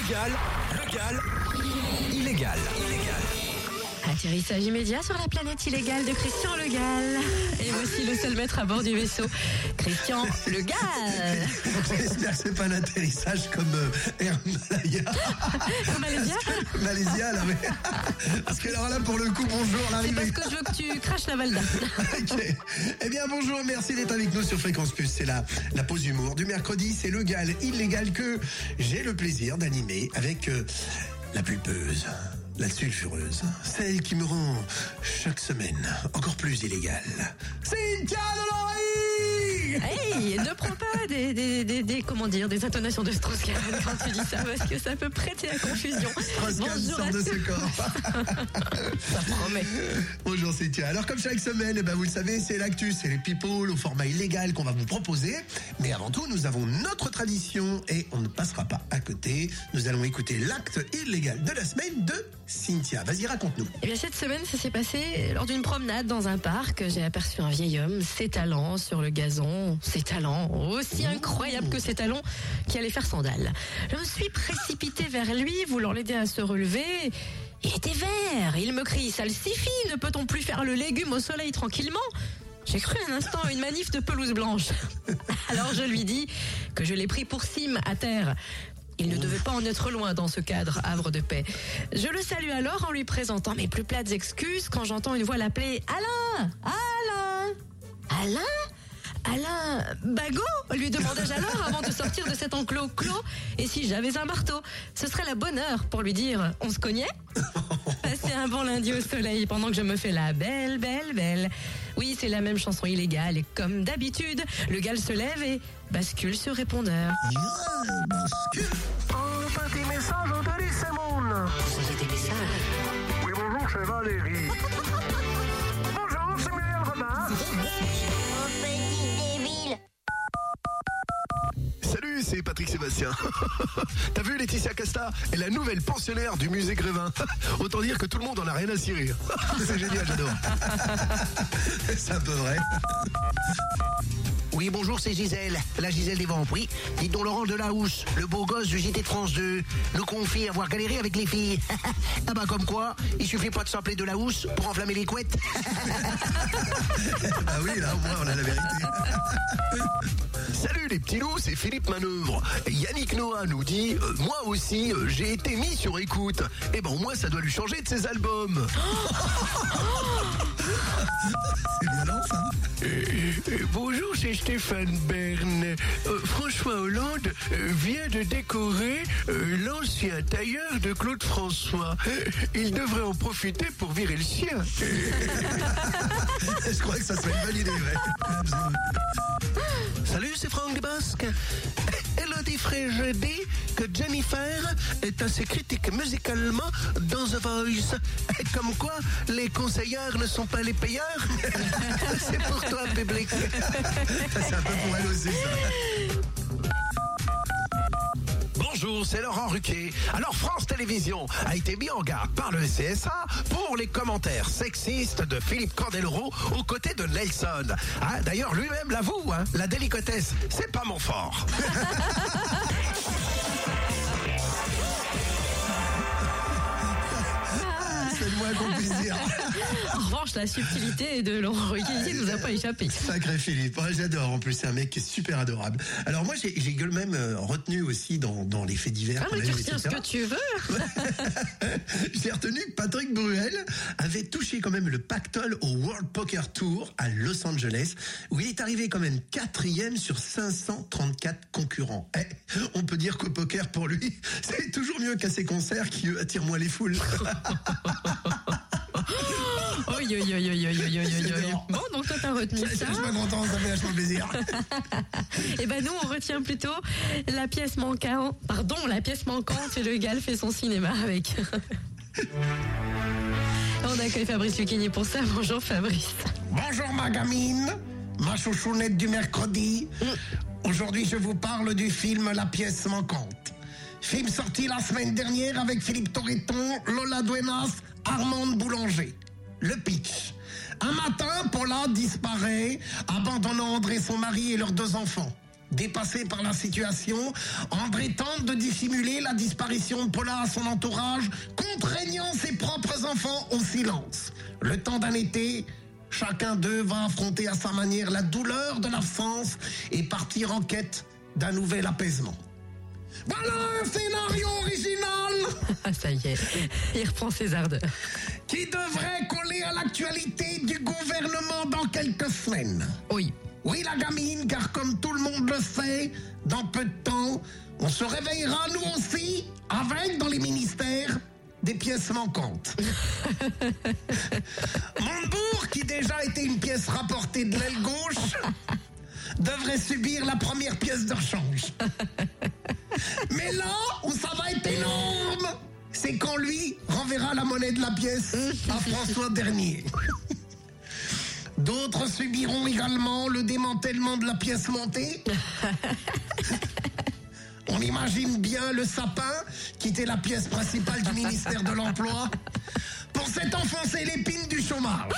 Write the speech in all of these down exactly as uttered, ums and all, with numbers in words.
Légal, légal, illégal, illégal. Atterrissage immédiat sur la planète illégale de Christian Le Gall. Et voici le seul maître à bord du vaisseau, Christian Le Gall. J'espère que c'est pas un atterrissage comme euh, Air Malaya. Comme Malaysia. Malaysia, là, mais... Parce que alors là, pour le coup, bonjour, C'est l'arrivée. parce que je veux que tu craches la Valda. Ok. Eh bien, bonjour, merci d'être avec nous sur Fréquence Plus. C'est la, la pause humour du mercredi. C'est le Gall illégal que j'ai le plaisir d'animer avec euh, la pulpeuse, la sulfureuse, celle qui me rend chaque semaine encore plus illégale. Cynthia Delory! Hey, ne prends pas des, des, des, des, comment dire, des intonations de Strauss-Kahn quand tu dis ça, parce que ça peut prêter à confusion. Strauss-Kahn Bonjour sort à de tous. ce corps. Ça promet. Bonjour Cynthia. Alors comme chaque semaine, eh ben, vous le savez, c'est l'actu, c'est les people au format illégal qu'on va vous proposer. Mais avant tout, nous avons notre tradition et on ne passera pas à côté. Nous allons écouter l'acte illégal de la semaine de Cynthia. Vas-y, raconte-nous. Eh bien, cette semaine, ça s'est passé lors d'une promenade dans un parc. J'ai aperçu un vieil homme s'étalant sur le gazon. S'étalant, aussi incroyable que ses talons, qui allait faire sandale. Je me suis précipitée vers lui, voulant l'aider à se relever. Il était vert. Il me crie, salsifie, ne peut-on plus faire le légume au soleil tranquillement ? J'ai cru un instant à une manif de pelouse blanche. Alors je lui dis que je l'ai pris pour cime à terre. Il ne devait pas en être loin dans ce cadre, havre de paix. Je le salue alors en lui présentant mes plus plates excuses quand j'entends une voix l'appeler « Alain ! Alain ! Alain ! Alain Bagot ?» lui demandai-je alors avant de sortir de cet enclos clos. Et si j'avais un marteau, ce serait la bonne heure pour lui dire « On se cognait ?» Passer un bon lundi au soleil pendant que je me fais la belle, belle, belle. Oui, c'est la même chanson illégale et comme d'habitude, le Gall se lève et bascule sur répondeur. Un petit message au Denis Semoun. Vous avez des messages? Oui, bonjour, c'est Valérie. Bonjour, c'est Muriel Robin. Mon petit débile. Salut, c'est Patrick Sébastien. T'as vu Laetitia Casta est la nouvelle pensionnaire du musée Grévin. Autant dire que tout le monde en a rien à cirer. C'est génial, j'adore. C'est un peu vrai. Oui, bonjour, c'est Gisèle, la Gisèle des Vents-Prix. Dites donc Laurent Delahousse, le beau gosse du J T de France deux, nous confie avoir galéré avec les filles. Ah bah comme quoi, il suffit pas de s'appeler Delahousse pour enflammer les couettes. Bah oui, là, au moins, on a la vérité. Salut les petits loups, c'est Philippe Manœuvre. Yannick Noah nous dit euh, moi aussi, euh, j'ai été mis sur écoute. Eh ben au moins, ça doit lui changer de ses albums. C'est violent, ça. Euh, euh, bonjour, c'est Stéphane Bern. Euh, François Hollande euh, vient de décorer euh, l'ancien tailleur de Claude François. Euh, il devrait en profiter pour virer le sien. Je crois que ça serait une bonne idée, ouais. Salut, c'est Franck Dubosc. Elodie Frege dit que Jennifer est assez critique musicalement dans The Voice. Comme quoi, les conseilleurs ne sont pas les payeurs. C'est pour toi, public. C'est un peu pour elle aussi, ça. Bonjour, c'est Laurent Ruquier. Alors France Télévisions a été mis en garde par le C S A pour les commentaires sexistes de Philippe Candeloro aux côtés de Nelson. Ah, d'ailleurs, lui-même l'avoue, hein, la délicatesse, c'est pas mon fort. C'est le moins qu'on puisse dire. En revanche, la subtilité de Laurent Ruquier ne nous a pas échappé. Sacré Philippe, ouais, j'adore. En plus, c'est un mec qui est super adorable. Alors moi, j'ai, j'ai même euh, retenu aussi dans, dans les faits divers. Ah, qu'on mais a tu eu, retiens ce et cetera. que tu veux. J'ai retenu que Patrick Bruel avait touché quand même le pactole au World Poker Tour à Los Angeles, où il est arrivé quand même quatrième sur cinq cent trente-quatre concurrents. Eh, on peut dire qu'au poker, pour lui, c'est toujours mieux qu'à ses concerts qui eux, attirent moins les foules. Oi, oi, oi, oi, oi, oi, oi, oi. Bon, donc toi, t'as retenu Je suis ça. vachement content, ça fait vachement plaisir. Et ben nous, on retient plutôt la pièce manquante. Pardon, la pièce manquante et le Gall fait son cinéma avec. On accueille Fabrice Lucchini pour ça. Bonjour Fabrice. Bonjour ma gamine, ma chouchounette du mercredi. Aujourd'hui, je vous parle du film La pièce manquante. Film sorti la semaine dernière avec Philippe Torreton, Lola Duenas, Armande Boulanger. Le pitch. Un matin, Paula disparaît, abandonnant André, son mari et leurs deux enfants. Dépassé par la situation, André tente de dissimuler la disparition de Paula à son entourage, contraignant ses propres enfants au silence. Le temps d'un été, chacun d'eux va affronter à sa manière la douleur de l'absence et partir en quête d'un nouvel apaisement. Voilà un scénario original Ah, ça y est, il reprend ses ardeurs. qui devrait coller à l'actualité du gouvernement dans quelques semaines. Oui. Oui, la gamine, car comme tout le monde le sait, dans peu de temps, on se réveillera nous aussi, avec, dans les ministères, des pièces manquantes. Montebourg, qui déjà était une pièce rapportée de l'aile gauche, devrait subir la première pièce de rechange. Mais là où ça va être énorme, c'est quand lui renverra la monnaie de la pièce à François Dernier. D'autres subiront également le démantèlement de la pièce montée. On imagine bien le sapin quitter la pièce principale du ministère de l'Emploi pour s'être enfoncé l'épine du chômage.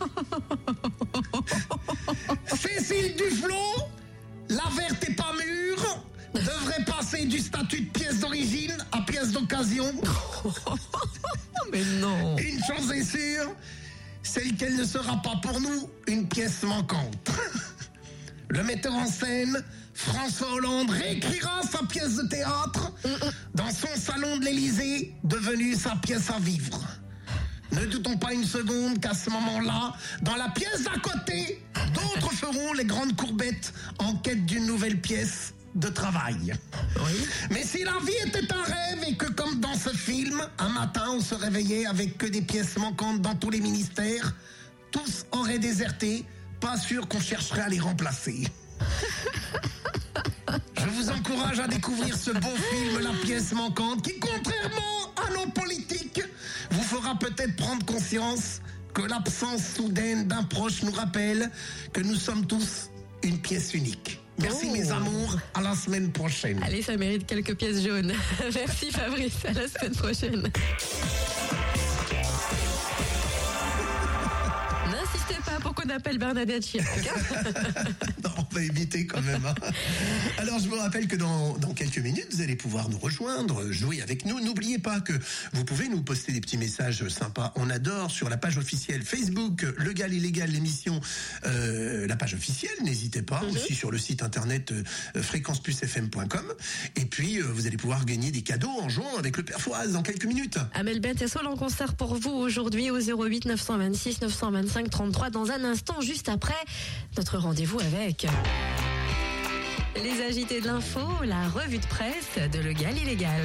Cécile Duflot, la verte et pas mûre, devrait passer du statut de pièce d'origine à pièce d'occasion. Mais non. Une chose est sûre, celle qu'elle ne sera pas pour nous une pièce manquante. Le metteur en scène, François Hollande, réécrira sa pièce de théâtre dans son salon de l'Élysée, devenue sa pièce à vivre. Ne doutons pas une seconde qu'à ce moment-là, dans la pièce d'à côté, d'autres feront les grandes courbettes en quête d'une nouvelle pièce de travail. Oui. Mais si la vie était un rêve et que, comme dans ce film, un matin on se réveillait avec que des pièces manquantes dans tous les ministères, tous auraient déserté, pas sûr qu'on chercherait à les remplacer. Je vous encourage à découvrir ce beau film La pièce manquante qui, contrairement à nos politiques, vous fera peut-être prendre conscience que l'absence soudaine d'un proche nous rappelle que nous sommes tous une pièce unique. Merci Oh. mes amours, à la semaine prochaine. Allez, ça mérite quelques pièces jaunes. Merci Fabrice, à la semaine prochaine. N'insistez pas pour qu'on appelle Bernadette Chirac. Non, on va éviter quand même. hein. Alors, je vous rappelle que dans, dans quelques minutes, vous allez pouvoir nous rejoindre, jouer avec nous. N'oubliez pas que vous pouvez nous poster des petits messages sympas. On adore sur la page officielle Facebook, Legal Illégal, l'émission, euh, la page officielle. N'hésitez pas. Mhm. Aussi sur le site internet euh, fréquence plus f m point com. Et puis, euh, vous allez pouvoir gagner des cadeaux en jouant avec le Père Fouras dans quelques minutes. Amel Bent et Sol en concert pour vous aujourd'hui au zéro huit neuf cent vingt-six neuf cent vingt-cinq trente-trois dans un instant, juste après notre rendez-vous avec les agités de l'info, la revue de presse de Legal Illégal.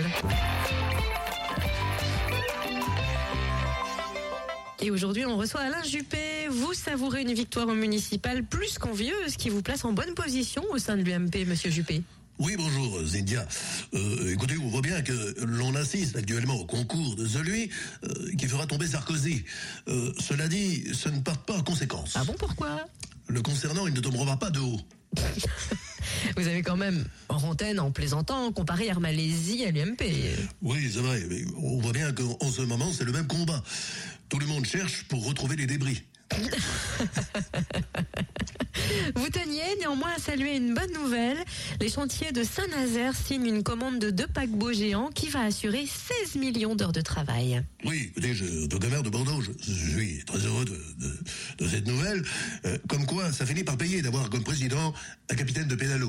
Et aujourd'hui, on reçoit Alain Juppé. Vous savourez une victoire au municipal plus qu'envieuse qui vous place en bonne position au sein de l'U M P, monsieur Juppé. Oui, bonjour, Zindia. Euh, écoutez, on voit bien que l'on assiste actuellement au concours de celui euh, qui fera tomber Sarkozy. Euh, cela dit, ce ne part pas en conséquence. Ah bon, pourquoi ? Le concernant, il ne tombera pas de haut. Vous avez quand même, en antenne, en plaisantant, comparé Air Malaisie à l'U M P. Oui, c'est vrai, mais on voit bien qu'en en ce moment, c'est le même combat. Tout le monde cherche pour retrouver les débris. Vous teniez néanmoins à saluer une bonne nouvelle. Les chantiers de Saint-Nazaire signent une commande de deux paquebots géants qui va assurer seize millions d'heures de travail. Oui, écoutez, je, en tant que maire de Bordeaux, je, je suis très heureux de, de, de cette nouvelle. Euh, comme quoi, ça finit par payer d'avoir comme président un capitaine de pédalo.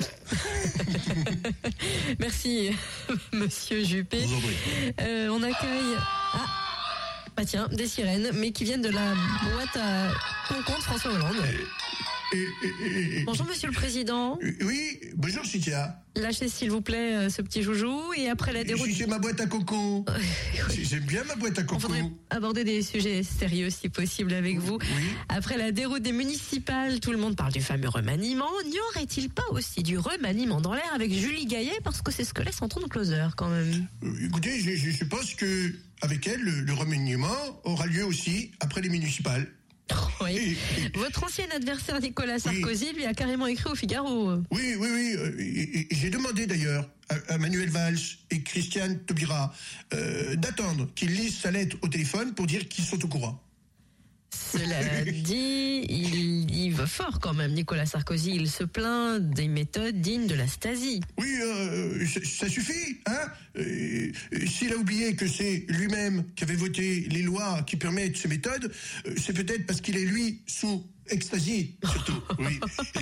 Merci, monsieur Juppé. Je vous en prie. Euh, on accueille... Ah, bah tiens, des sirènes, mais qui viennent de la boîte à concombre François Hollande. Et, et, et, Bonjour, monsieur le président. Oui, bonjour Chitia. Lâchez, s'il vous plaît, euh, ce petit joujou. Et après la déroute... C'est ma boîte à coco. J'aime bien ma boîte à On coco. voudrait aborder des sujets sérieux, si possible, avec vous. Oui. Après la déroute des municipales, tout le monde parle du fameux remaniement. N'y aurait-il pas aussi du remaniement dans l'air avec Julie Gaillet? Parce que c'est ce que laisse entendre Closer, quand même. Euh, écoutez, je, je suppose que avec elle, le, le remaniement aura lieu aussi après les municipales. Oui. Votre ancien adversaire Nicolas Sarkozy lui a carrément écrit au Figaro. Oui, oui, oui. euh, et- et J'ai demandé d'ailleurs à, à Manuel Valls et Christiane Taubira euh, d'attendre qu'ils lisent sa lettre au téléphone pour dire qu'ils sont au courant. Cela dit, il, il fort quand même, Nicolas Sarkozy. Il se plaint des méthodes dignes de la Stasi. Oui, euh, ça, ça suffit, hein euh, S'il a oublié que c'est lui-même qui avait voté les lois qui permettent ces méthodes, euh, c'est peut-être parce qu'il est, lui, sous ecstasy, surtout. Oui.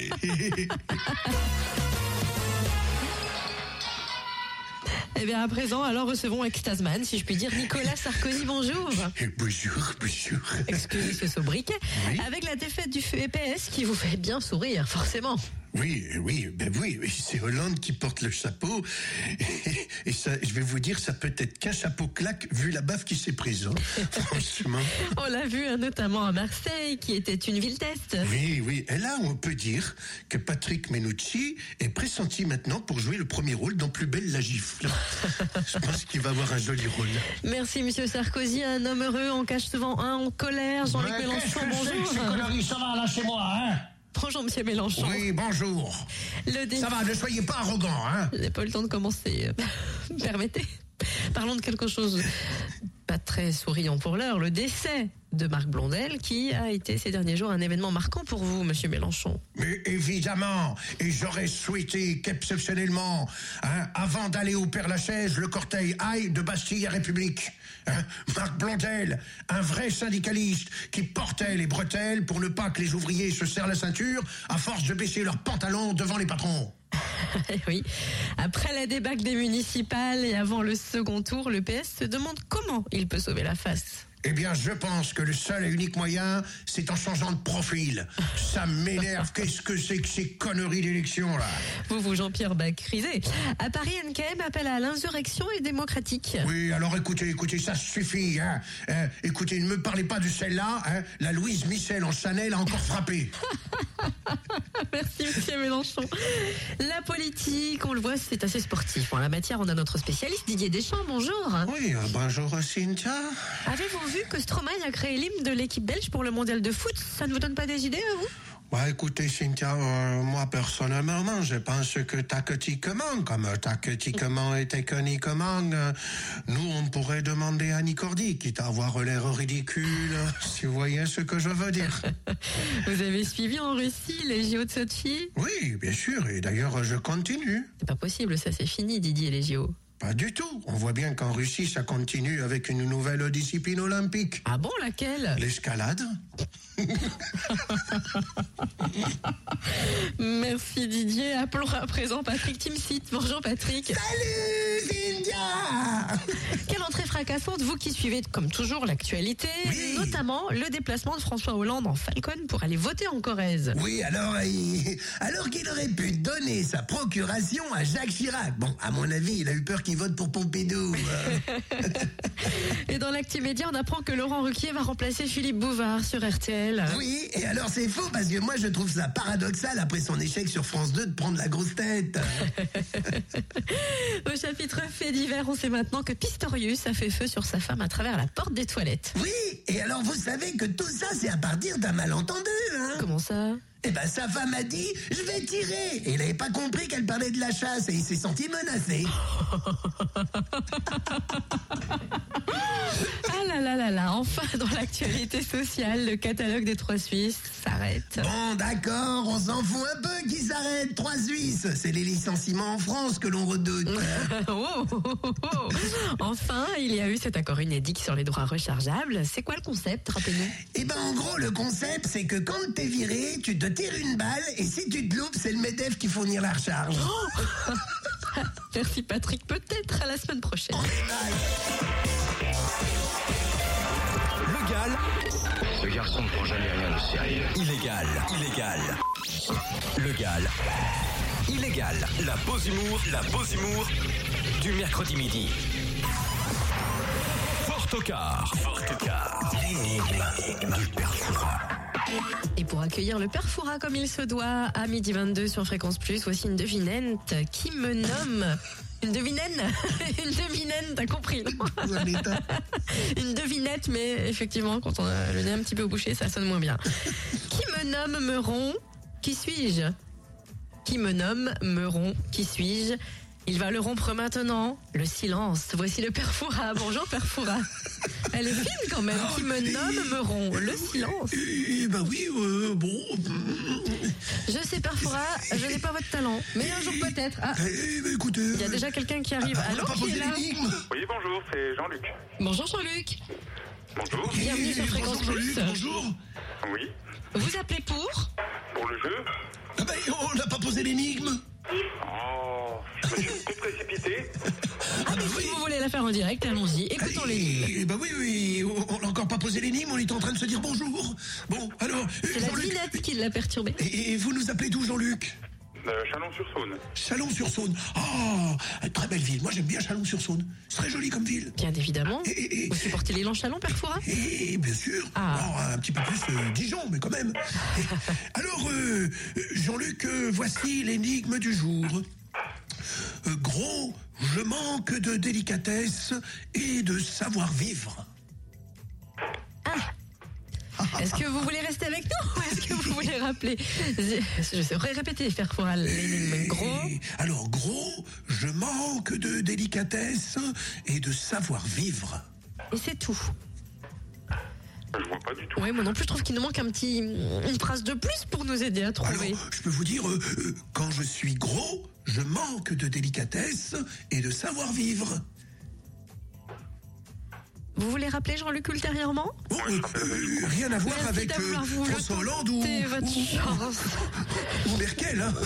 Eh bien, à présent, alors recevons Extasman, si je puis dire. Nicolas Sarkozy, bonjour. Bonjour, bonjour. Excusez ce sobriquet. Oui. Avec la défaite du P S qui vous fait bien sourire, forcément. Oui, oui, ben oui, c'est Hollande qui porte le chapeau. Et, et ça, je vais vous dire, ça peut être qu'un chapeau claque vu la baffe qui s'est prise. Hein. Franchement. On l'a vu hein, notamment à Marseille, qui était une ville test. Oui, oui. Et là, on peut dire que Patrick Menucci est pressenti maintenant pour jouer le premier rôle dans Plus belle la gifle. Je pense qu'il va avoir un joli rôle. Merci, monsieur Sarkozy. Un homme heureux en cache souvent un en colère. Jean-Luc Mais Mélenchon, qu'est-ce que c'est bonjour. que ces conneries? Ça va, lâchez-moi, hein? Bonjour, monsieur Mélenchon. Oui, bonjour. Le dé- Ça va, ne soyez pas arrogant, hein? Je n'ai pas eu le temps de commencer. Permettez. Parlons de quelque chose pas très souriant pour l'heure, le décès de Marc Blondel, qui a été ces derniers jours un événement marquant pour vous, monsieur Mélenchon. Mais évidemment, et j'aurais souhaité qu'exceptionnellement, hein, avant d'aller au Père-Lachaise, le cortège aille de Bastille à République. Hein, Marc Blondel, un vrai syndicaliste qui portait les bretelles pour ne pas que les ouvriers se serrent la ceinture à force de baisser leurs pantalons devant les patrons. Oui. Après la débâcle des municipales et avant le second tour, le P S se demande comment il peut sauver la face. Eh bien, je pense que le seul et unique moyen, c'est en changeant de profil. Ça m'énerve. Qu'est-ce que c'est que ces conneries d'élection, là? Vous, vous, Jean-Pierre Bacrisé. À Paris, N K M appelle à l'insurrection et démocratique. Oui, alors écoutez, écoutez, ça suffit, hein. Euh, écoutez, ne me parlez pas de celle-là, hein. La Louise Michel en Chanel a encore frappé. Merci, monsieur Mélenchon. La politique, on le voit, c'est assez sportif. En la matière, on a notre spécialiste Didier Deschamps. Bonjour. Oui, euh, bonjour Cynthia. Avez-vous vu que Stromae a créé l'hymne de l'équipe belge pour le mondial de foot? Ça ne vous donne pas des idées, à vous? Bah écoutez Cynthia, euh, moi personnellement, je pense que tactiquement, comme tactiquement et techniquement, euh, nous on pourrait demander à Nicordi, quitte à avoir l'air ridicule, si vous voyez ce que je veux dire. Vous avez suivi en Russie les J O de Sochi? Oui, bien sûr, et d'ailleurs je continue. C'est pas possible, ça c'est fini, Didier, les J O. Pas du tout. On voit bien qu'en Russie, ça continue avec une nouvelle discipline olympique. Ah bon, laquelle? L'escalade. Merci Didier. Appelons à présent Patrick Timsit. Bonjour Patrick. Salut, Cynthia! Quelle entrée fracassante, vous qui suivez comme toujours l'actualité, Oui. notamment le déplacement de François Hollande en Falcon pour aller voter en Corrèze. Oui, alors, il- alors qu'il aurait pu donner sa procuration à Jacques Chirac. Bon, à mon avis, il a eu peur qu'il vote pour Pompidou. euh. Et dans l'actu média, on apprend que Laurent Ruquier va remplacer Philippe Bouvard sur R T L. Oui, et alors c'est faux parce que moi je trouve ça paradoxal après son échec sur France deux de prendre la grosse tête. Au chapitre fait divers, on sait maintenant que Pistorius a fait feu sur sa femme à travers la porte des toilettes. Oui, et alors vous savez que tout ça c'est à partir d'un malentendu, hein? Comment ça? Eh ben sa femme a dit « je vais tirer » et il n'avait pas compris qu'elle parlait de la chasse et il s'est senti menacé. Ah là là là là, enfin dans l'actualité sociale, le catalogue des trois Suisses s'arrête. Bon d'accord, on s'en fout un peu qui s'arrête. Trois Suisses, c'est les licenciements en France que l'on redoute. Oh, oh, oh, oh. Enfin, il y a eu cet accord inédit sur les droits rechargeables. C'est quoi le concept, rappelez-nous? Eh ben en gros le concept c'est que quand t'es viré, tu te tires une balle et si tu te loupes c'est le MEDEF qui fournit la recharge. Merci Patrick, peut-être à la semaine prochaine. Le Gall, Ce garçon ne prend jamais rien de sérieux. illégal, illégal. Le Gall, illégal. La pause humour, la pause humour du mercredi midi. Fort au quart, fort au quart. L'énigme du perfora. Et pour accueillir le père Foura comme il se doit, à midi vingt-deux sur Fréquence Plus, voici une devinette qui me nomme... Une devinette Une devinette, t'as compris, non? Une devinette, mais effectivement, quand on a le nez un petit peu bouché, ça sonne moins bien. Qui me nomme Meuron? Qui suis-je? Qui me nomme Meuron? Qui suis-je? Il va le rompre maintenant. Le silence. Voici le Père Fouras. Bonjour Père Fouras. Elle est fine quand même. Qui me nomme me rompt. Le silence. Eh ben oui, euh, bon. Je sais Père Fouras, je n'ai pas votre talent. Mais un jour peut-être. Ah, Eh ben écoutez. il y a déjà quelqu'un qui arrive. on Allô, n'a pas qui posé est là? l'énigme. Oui, bonjour, c'est Jean-Luc. Bonjour Jean-Luc. Bonjour. Bienvenue sur Eh, Fréquence bonjour Jean-Luc, Plus. bonjour. Oui, Vous appelez pour? pour le jeu. Ah ben, on n'a pas posé l'énigme. Oh, je me suis trop précipité. Ah, mais si vous voulez la faire en direct, allons-y. Écoutons les. Eh ben oui, oui, on n'a encore pas posé l'énigme, on est en train de se dire bonjour. Bon, alors, C'est la Jean-Luc, dinette qui l'a perturbé. et, et vous nous appelez d'où, Jean-Luc? Euh, Chalon-sur-Saône. Chalon-sur-Saône. Oh, très belle ville. Moi, j'aime bien Chalon-sur-Saône. C'est très joli comme ville. Bien évidemment. Et, et- et- Vous supportez l'élan Chalon, Père Fouras? et bien sûr. Ah. Alors, un petit peu plus euh, Dijon, mais quand même. Et alors, euh, Jean-Luc, euh, voici l'énigme du jour. Euh, gros, je manque de délicatesse et de savoir-vivre. Est-ce que vous voulez rester avec nous ou est-ce que vous voulez rappeler? Je saurais répéter, Père Fouras, l'énigme. Gros. Et alors, gros, je manque de délicatesse et de savoir-vivre. Et c'est tout. Je vois pas du tout. Oui, moi non plus, je trouve qu'il nous manque un petit, une phrase de plus pour nous aider à Alors, trouver. je peux vous dire, euh, euh, quand je suis gros, je manque de délicatesse et de savoir-vivre. Vous voulez rappeler Jean-Luc ultérieurement? Bon, euh, euh, rien à voir Merci avec euh, d'avoir voulu François Hollande ou, tenter votre ou- chance. ou Merkel. Hein.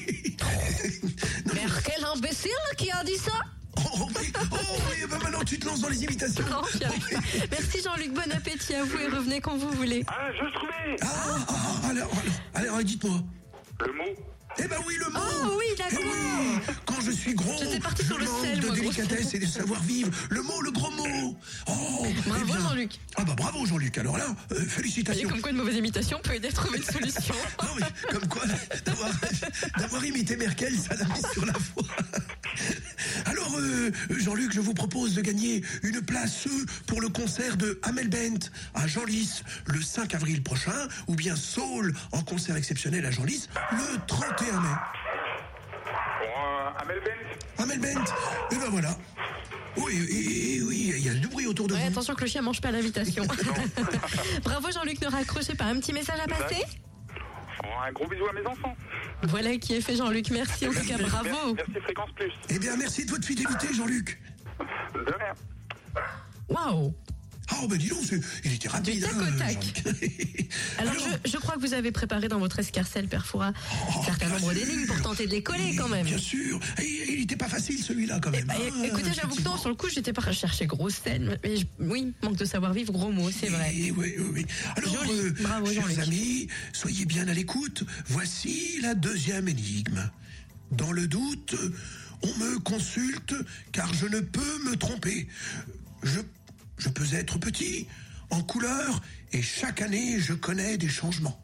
Merkel imbécile qui a dit ça? Oh, oui, oh, oui, bah maintenant tu te lances dans les imitations. Non, j'y arrive pas. Merci Jean-Luc, bon appétit à vous et revenez quand vous voulez. Ah, je trouvais. Ah, ah, ah, alors, alors, alors, dites-moi. Le mot. Eh ben oui, le mot. Ah oui, d'accord. Eh oui. Quand je suis gros, J'étais partie je sur le manque sel, de moi, gros. délicatesse et de savoir-vivre. Le mot, le gros mot. Oh, Bravo, eh bien. Jean-Luc. Ah bah bravo Jean-Luc. Alors là, euh, Et félicitations. comme quoi une mauvaise imitation peut aider à trouver une solution. Non, mais comme quoi, d'avoir, d'avoir imité Merkel, ça l'a mis sur la voie. Alors, euh, Jean-Luc, je vous propose de gagner une place euh, pour le concert de Amel Bent à Genlis le cinq avril prochain, ou bien Soul en concert exceptionnel à Genlis le trente et un mai. Pour euh, Amel Bent. Amel Bent, et ben voilà. Oui, et- et- oui, il y a du bruit autour de Ouais, vous. attention que le chien mange pas l'invitation. Bravo Jean-Luc, ne raccrochez pas. Un petit message à passer? Oh, un gros bisou à mes enfants. Voilà qui est fait Jean-Luc, merci en tout cas, bravo. Merci, merci Fréquence Plus. Eh bien, merci de votre fidélité, Jean-Luc. De rien. Waouh. Ah, oh, ben dis donc, c'est- il était rapide. Du tac hein, au tac. Jean-Luc. Alors, je, je crois que vous avez préparé dans votre escarcelle, Père Fouras, un certain bien nombre sûr. d'énigmes pour tenter de les coller quand même. Bien sûr. Et il n'était pas facile celui-là quand même. Bah, hein, écoutez, j'avoue que non, sur le coup, j'étais pas recherché grosse scène, mais je- oui, manque de savoir-vivre, gros mot, c'est vrai. Et oui, oui, oui. Alors, Joli. euh, Bravo, chers Jean-Luc. amis, soyez bien à l'écoute. Voici la deuxième énigme. Dans le doute, on me consulte car je ne peux me tromper. Je, je peux être petit, en couleur, et chaque année, je connais des changements.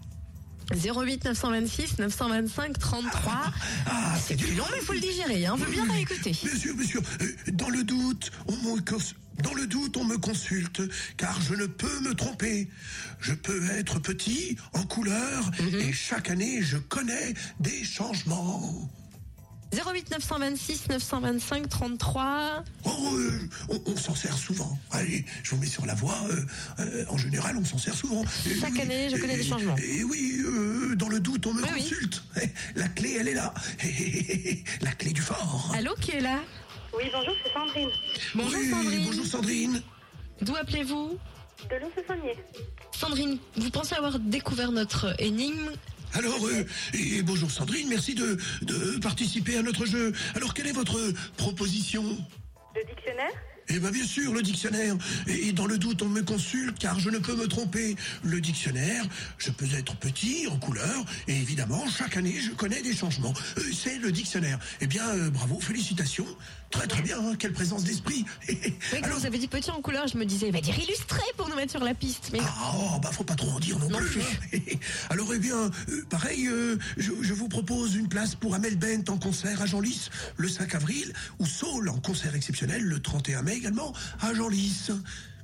zéro huit neuf cent vingt-six neuf cent vingt-cinq trente-trois. Ah, C'est plus long, mais il faut le digérer, hein. Veut bien réécouter. Bien sûr, bien sûr. Euh, Dans le doute, on me cons- dans le doute, on me consulte, car je ne peux me tromper. Je peux être petit, en couleur, et chaque année, je connais des changements. zéro huit neuf cent vingt-six neuf cent vingt-cinq trente-trois. Oh, euh, on, on s'en sert souvent. Allez, je vous mets sur la voie. euh, euh, en général, on s'en sert souvent. Et Chaque oui, année, je connais et- des changements. Et oui, euh, dans le doute, on me Oui, oui. consulte. Eh, La clé, elle est là. La clé du fort. Allô, qui est là? Oui, bonjour, c'est Sandrine. Bonjour Oui, Sandrine. bonjour Sandrine. D'où appelez-vous? De Lons-le-Saunier. Sandrine, vous pensez avoir découvert notre énigme? Alors, euh, et bonjour Sandrine, merci de, de participer à notre jeu. Alors, quelle est votre proposition? Le dictionnaire? Eh bien, bien sûr, le dictionnaire. Et dans le doute, on me consulte, car je ne peux me tromper. Le dictionnaire, je peux être petit, en couleur, et évidemment, chaque année, je connais des changements. Euh, C'est le dictionnaire. Eh bien, euh, bravo, félicitations. Très très bien, hein, quelle présence d'esprit. Oui, quand vous avez dit petit en couleur, je me disais, il va dire illustré pour nous mettre sur la piste. Mais Ah, oh, bah faut pas trop en dire non, Non plus. hein. Alors, eh bien, euh, pareil, euh, je, je vous propose une place pour Amel Bent en concert à Genlis le cinq avril, ou Soul en concert exceptionnel le trente et un mai également à Genlis.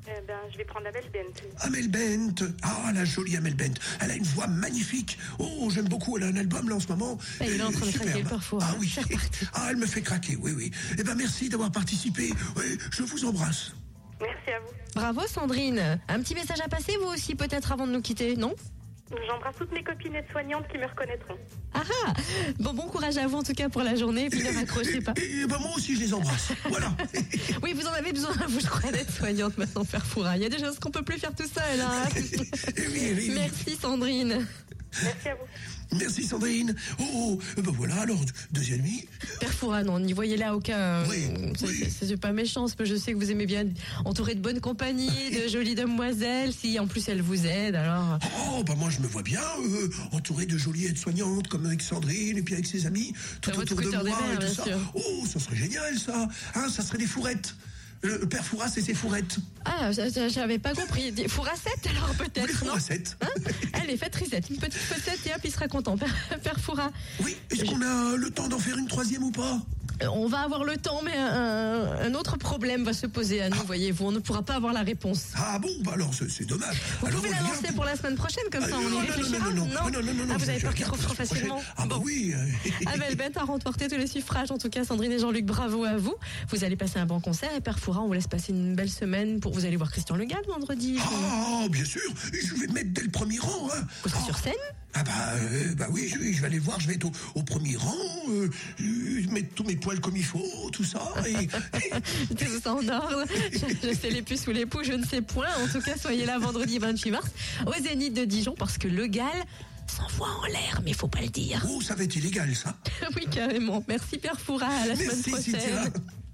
Eh ben, je vais prendre la belle Bent. Amel Bent. Ah, la jolie Amel Bent. Elle a une voix magnifique. Oh, j'aime beaucoup. Elle a un album là en ce moment. Ah, il est en train de Superbe. craquer le parfois. Ah hein. oui. C'est reparti. Ah, elle me fait craquer. Oui, oui. Eh ben, merci d'avoir participé. Oui, je vous embrasse. Merci à vous. Bravo Sandrine. Un petit message à passer vous aussi peut-être avant de nous quitter, non? J'embrasse toutes mes copines aides-soignantes qui me reconnaîtront. Ah ah. Bon, bon courage à vous en tout cas pour la journée. Puis ne raccrochez pas. Et, et ben, moi aussi, je les embrasse. Voilà. Oui, vous en avez besoin, vous, je crois, d'être soignante maintenant, Père Fouras. Il y a des choses qu'on peut plus faire tout seul. Hein. Eh oui, eh oui. Merci Sandrine. Merci à vous. Merci Sandrine. Oh, oh, eh ben voilà, alors, deuxième nuit. Père Fouras, non, n'y voyez là aucun... Oui, c'est, oui. c'est- c'est pas méchant, parce que je sais que vous aimez bien être entouré de bonne compagnie, de jolies demoiselles. Si en plus elles vous aident, alors... Oh, bah moi je me vois bien, euh, entouré de jolies aides-soignantes comme avec Sandrine et puis avec ses amis, tout Dans votre autour de scooter moi des et mers, tout bien ça. sûr. Oh, ça serait génial ça. Hein, ça serait des fourrettes. Le le père Fouras et ses fourrettes. Ah, ça- ça- j'avais pas compris. Des Fourassette alors Les peut-être, non? fourrassettes. Allez, faites risette, une petite fessette et hop, il sera content, Père, Père Fouras. Oui, est-ce qu'on a le temps d'en faire une troisième ou pas? Euh, On va avoir le temps, mais un, un autre problème va se poser à nous, voyez-vous. On ne pourra pas avoir la réponse. Ah bon, bah alors c'est c'est dommage. Vous alors, pouvez on la vient lancer pour la semaine prochaine, comme Ah, ça non, on y non, non, réfléchira. non, non, non, non, non, non, Ah, vous je- avez je peur qu'il regarde trouve pour trop la semaine facilement. prochaine. Ah bah Bon. oui. euh, Abel Bent a remporté tous les suffrages. En tout cas, Sandrine et Jean-Luc, bravo à vous. Vous allez passer un bon concert. Et Père Fouras, on vous laisse passer une belle semaine. Pour... Vous allez voir Christian Le Gall vendredi. Ah, bien sûr, je vais me mettre dès le premier rang. Hein. Vous serez Ah. sur scène. Ah bah, euh, bah oui, je, je vais aller le voir, je vais être au, au premier rang, euh, euh, mettre tous mes poils comme il faut, tout ça. Et, Tout ça en ordre. Je, je sais les puces ou les poux, je ne sais point. En tout cas, soyez là vendredi vingt-huit mars au Zénith de Dijon parce que Le Gall s'envoie en l'air, mais il faut pas le dire. oh, ça va être illégal, ça. Oui, carrément. Merci Père Fouras. À la Merci, semaine Cynthia. prochaine.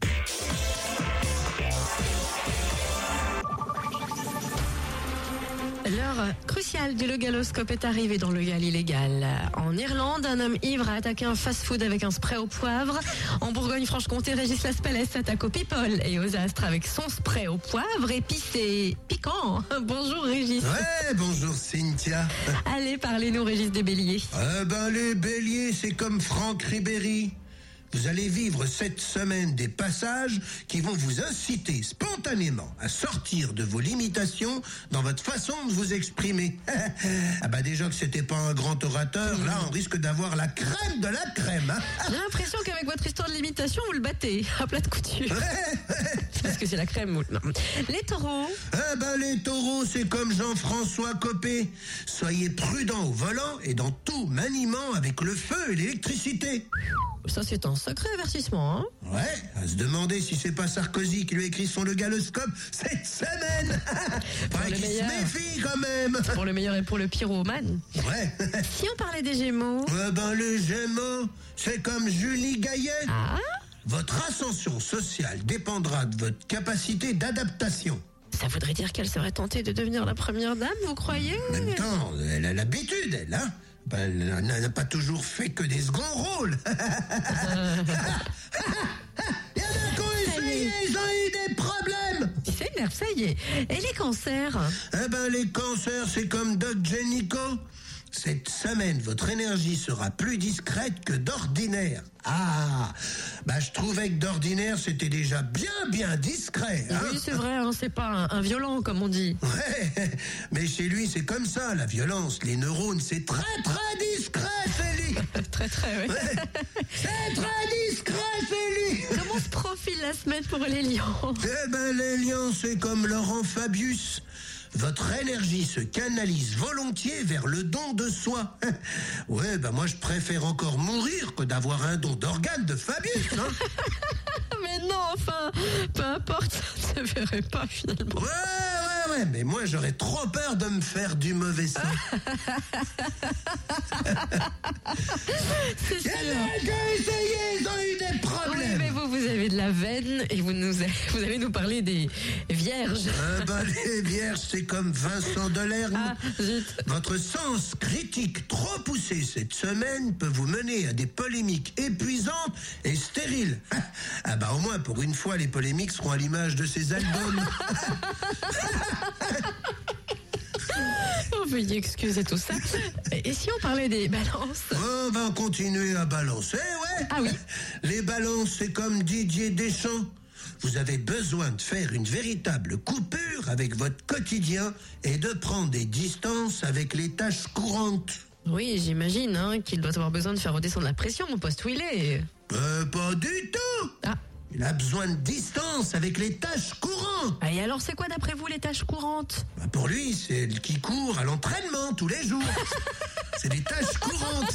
L'heure cruciale du Legaloscope est arrivée dans le Gall illégal. En Irlande, un homme ivre a attaqué un fast-food avec un spray au poivre. En Bourgogne-Franche-Comté, Régis Laspalès s'attaque aux people et aux astres avec son spray au poivre épicé piquant. Bonjour Régis. Ouais, bonjour Cynthia. Allez, parlez-nous Régis des Béliers. Eh ben, les béliers, c'est comme Franck Ribéry. Vous allez vivre cette semaine des passages qui vont vous inciter spontanément à sortir de vos limitations dans votre façon de vous exprimer. Ah bah déjà que c'était pas un grand orateur, là on risque d'avoir la crème de la crème. Hein. J'ai l'impression qu'avec votre histoire de limitation, vous le battez à plat de couture. Parce que c'est la crème. ou- Non. Les taureaux. Eh ben les taureaux, c'est comme Jean-François Copé. Soyez prudents au volant et dans tout maniement avec le feu et l'électricité. Ça, c'est un sacré avertissement, hein. Ouais, à se demander si c'est pas Sarkozy qui lui a écrit son Legaloscope cette semaine. Faudrait le qu'il se meilleur. méfie quand même. Pour le meilleur et pour le pyromane. Ouais. Si on parlait des Gémeaux. Eh ben les Gémeaux, c'est comme Julie Gaillet. Ah, Votre ascension sociale dépendra de votre capacité d'adaptation. ça voudrait dire qu'elle serait tentée de devenir la première dame, vous croyez? En même temps, elle a l'habitude, elle, hein. Ben, elle n'a pas toujours fait que des seconds rôles. Il y en a qui ont essayé, ils ont eu des problèmes. Il s'énerve, ça y est. Et les cancers? Eh ben, les cancers, c'est comme Doc Génico. Cette semaine, votre énergie sera plus discrète que d'ordinaire. Ah, bah je trouvais que d'ordinaire, c'était déjà bien, bien discret. Hein. Oui, c'est vrai, hein, c'est pas un, un violent, comme on dit. Ouais, mais chez lui, c'est comme ça, la violence. Les neurones, c'est très, très discret chez lui. Très, très, oui. Ouais. C'est très discret chez lui. Comment se profile la semaine pour les lions? Eh ben, les lions, c'est comme Laurent Fabius. Votre énergie se canalise volontiers vers le don de soi. Ouais, ben moi je préfère encore mourir que d'avoir un don d'organe de Fabius, hein. Mais non, enfin, peu importe, ça ne se verrait pas finalement. Ouais, ouais, ouais, mais moi j'aurais trop peur de me faire du mauvais sang. C'est sûr. Il y en a qui ont essayé, ils ont eu des Oui, problèmes. mais vous, vous avez de la veine et vous, nous, vous allez nous parler des vierges. Ah ben, les vierges, c'est comme Vincent Delerme. Ah, zut. Votre sens critique trop poussé cette semaine peut vous mener à des polémiques épuisantes et stériles. Ah bah au moins pour une fois les polémiques seront à l'image de ces albums. Oh, veuillez excuser tout ça. Et si on parlait des balances? On va continuer à balancer, ouais. Ah oui. Les balances, c'est comme Didier Deschamps. vous avez besoin de faire une véritable coupure avec votre quotidien et de prendre des distances avec les tâches courantes. Oui, j'imagine hein, qu'il doit avoir besoin de faire redescendre la pression au poste où il est. Euh, pas du tout. Ah. Il a besoin de distance avec les tâches courantes. Ah, et alors, c'est quoi d'après vous les tâches courantes? Bah, pour lui, c'est le qui court à l'entraînement tous les jours. C'est des tâches courantes.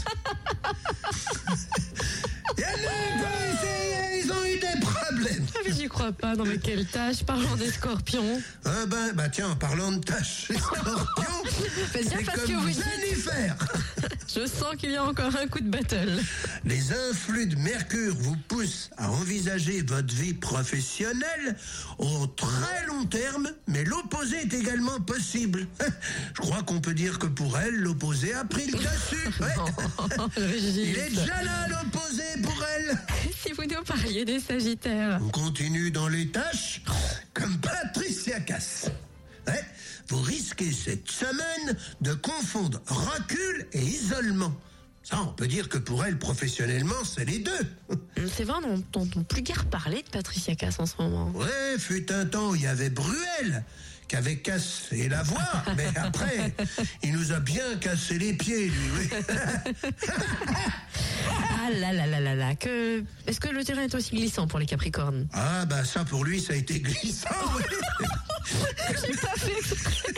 Il y a le- Ils ont eu des problèmes. Ah, mais j'y crois pas. Non, mais quelle tâche? Parlons des scorpions. Ah ben, bah tiens, en parlant de tâches, les scorpions, Faites bien c'est parce comme que vous dites. Jennifer. Je sens qu'il y a encore un coup de battle. Les influx de Mercure vous poussent à envisager votre vie professionnelle au très long terme, mais l'opposé est également possible. Je crois qu'on peut dire que pour elle, l'opposé a pris le dessus. Ouais. Oh, Régis. Il est déjà là, l'opposé, pour elle. Si vous nous parliez des Sagittaires. On continue dans les tâches, comme Patricia Cass. Ouais. Vous risquez cette semaine de confondre recul et isolement. Ça, on peut dire que pour elle, professionnellement, c'est les deux. C'est vrai, on n'entend plus guère parler de Patricia Cass en ce moment. Ouais, fut un temps où il y avait Bruel qui avait cassé la voix, mais après, il nous a bien cassé les pieds, lui, oui. Ah là là là là là, que... Est-ce que le terrain est aussi glissant pour les Capricornes? Ah, bah ça, pour lui, ça a été glissant, oui. J'ai pas fait exprès.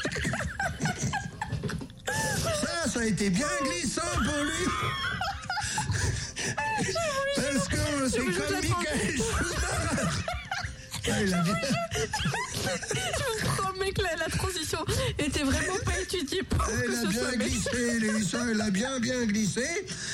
Ça, ça a été bien glissant pour lui. Parce que c'est vous comme la Michael Schumacher. Ah, il a bien- Je vous promets que la, la transition était vraiment pas étudiée pour Elle que a ce bien soit glissé, Lisa, elle a bien bien glissé.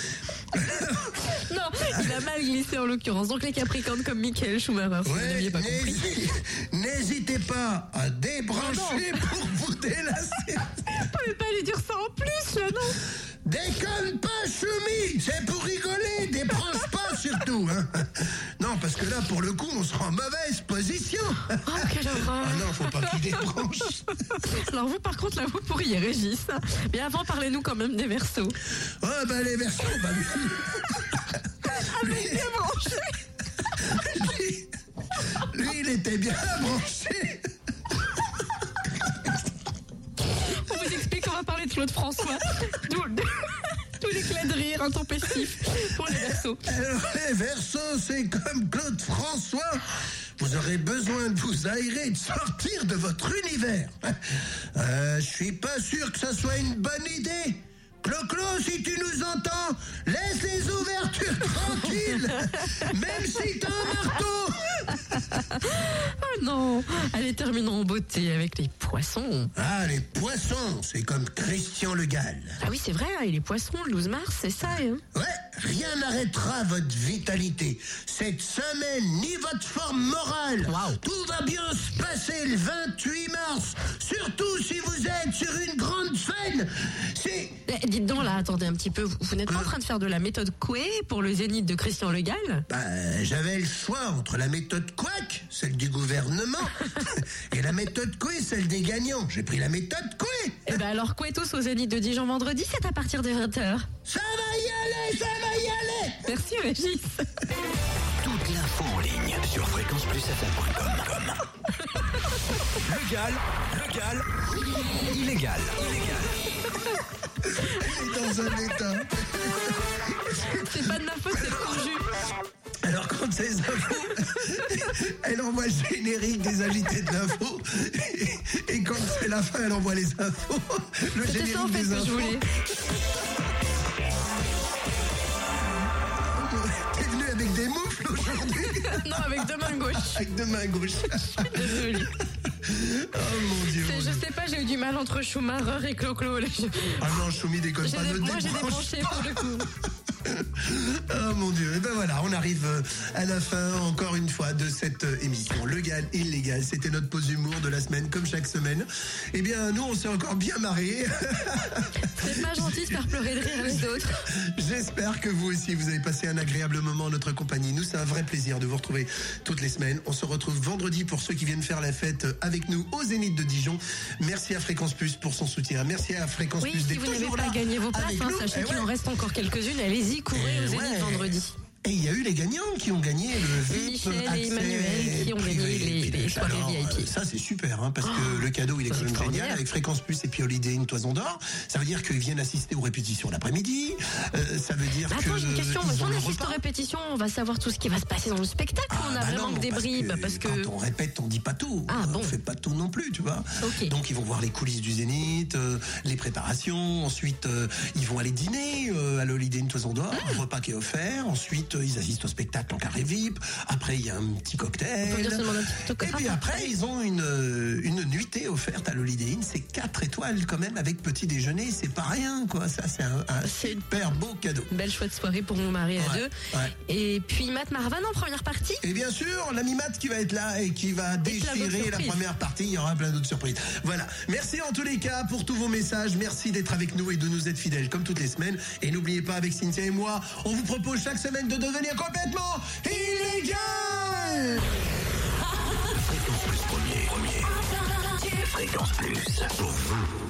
Non, il a mal glissé en l'occurrence. Donc les Capricornes comme Michael Schumacher, si vous Ouais, n'aviez pas compris. n'hési- n'hésitez pas à débrancher pour vous délasser. On pouvait pas lui dire ça en plus, là, non? Déconne pas, Choumi, c'est pour rigoler, débranche pas surtout. Hein. Non, parce que là, pour le coup, on sera en mauvaise position. Oh, quelle horreur. Ah non, faut pas qu'il débranche. Alors vous, par contre, là, vous pourriez, Régis. Mais avant, parlez-nous quand même des Verseaux. Oh, bah les versions, bah lui. Avec bien branché. Lui, lui, il était bien branché. On vous explique qu'on va parler de Claude François. D'où tous les clés de rire intempestifs pour les Verseaux. Alors, les Verseaux, c'est comme Claude François. Vous aurez besoin de vous aérer et de sortir de votre univers. Euh, je suis pas sûr que ça soit une bonne idée. Clo-Clo, si tu nous entends, laisse les ouvertures tranquilles. Même si t'as un marteau. Oh non. Allez, terminons en beauté avec les poissons. Ah, les poissons, c'est comme Christian Le Gall. Ah oui, c'est vrai, hein, et les poissons, le douze mars, c'est ça. Hein. Ouais, rien n'arrêtera votre vitalité cette semaine, ni votre forme morale. Wow. Tout va bien se passer le vingt-huit mars, surtout si vous êtes sur une grande scène. C'est... Eh, dites donc là, attendez un petit peu, vous, vous n'êtes pas en train de faire de la méthode Coué pour le zénith de Christian Le Gall? Bah, j'avais le choix entre la méthode Quack, celle du gouvernement, et la méthode Coué, celle des gagnants. J'ai pris la méthode Coué. Eh ben alors, Coué tous au zénith de Dijon vendredi, c'est à partir de vingt heures. Ça va y aller, ça va y aller. Merci Régis. Toute l'info en ligne sur fréquence plus f m point com. Le Gall, le Gall, illégal, illégal. Elle est dans un état. C'est pas de ma faute, c'est le jus. Alors quand ces infos, elle envoie le générique des agités de l'info, et, et quand c'est la fin, elle envoie les infos, le C'était générique ça en fait des que je infos. voulais. T'es venu avec des moufles aujourd'hui? Non, avec deux mains gauches. Avec deux mains gauches. Désolée. Oh mon Dieu. C'est- mon Je Dieu. sais pas, j'ai eu du mal entre Schumacher et Clo-Clo. là. Je- Ah non, Choumi déconne j'ai pas, dé- ne Moi j'ai débranche débranché pas. pour le coup. Oh mon Dieu, et ben voilà, on arrive euh, à la fin encore une fois de cette euh, émission. Le Gall illégal, c'était notre pause humour de la semaine, comme chaque semaine. Eh bien, nous, on s'est encore bien marrés. C'est pas gentil de faire pleurer de rire les autres. J'espère que vous aussi, vous avez passé un agréable moment en notre compagnie. Nous, c'est un vrai plaisir de vous retrouver toutes les semaines. On se retrouve vendredi pour ceux qui viennent faire la fête avec nous au Zénith de Dijon. Merci à Fréquence Plus pour son soutien. Merci à Fréquence Oui, Plus si d'être vous n'avez toujours pas là gagné vos places, avec hein, nous. sachez Eh qu'il ouais. en reste encore quelques-unes. Allez-y, courez Eh au Zénith ouais. vendredi. Et il y a eu les gagnants qui ont gagné le V I P. Michel et accès Emmanuel qui ont privé. gagné les, les soirées Alors, V I P. euh, Ça, c'est super, hein, parce que le cadeau, il est c'est quand même extraordinaire. génial. Avec Fréquence Plus et puis Holiday Inn Toison d'Or. Ça veut dire qu'ils viennent assister aux répétitions l'après-midi. Euh, ça veut dire Attends, que. j'ai une question. ils Si ont on le assiste aux repas. répétitions, on va savoir tout ce qui va se passer dans le spectacle. Ah, on a bah vraiment non, que des parce bribes. que Parce que. quand on répète, on dit pas tout. Ah, bon. On fait pas tout non plus, tu vois. Ok. Donc ils vont voir les coulisses du Zénith, euh, les préparations. Ensuite, euh, ils vont aller dîner euh, à l'Holiday Inn Toison d'Or, Ah. un repas qui est offert. Ensuite, euh, ils assistent au spectacle en carré V I P. Après, il y a un petit cocktail. On peut dire seulement un petit Et cocktail. puis après, ils ont une euh, une nuitée offerte à l'Holiday Inn. C'est quatre étoiles quand même avec petit déjeuner. C'est pas rien, quoi. Ça, c'est un, un C'est une super beau cadeau. belle chouette soirée pour mon mari à Ouais, deux. ouais. Et puis Matt Marvan en première partie. Et bien sûr, l'ami Matt qui va être là et qui va plein d'autres déchirer la surprises. première partie. Il y aura plein d'autres surprises. Voilà. Merci en tous les cas pour tous vos messages. Merci d'être avec nous et de nous être fidèles comme toutes les semaines. Et n'oubliez pas, avec Cynthia et moi, on vous propose chaque semaine de devenir complètement illégal. Fréquence Plus premier. Premier. Fréquence Plus pour vous.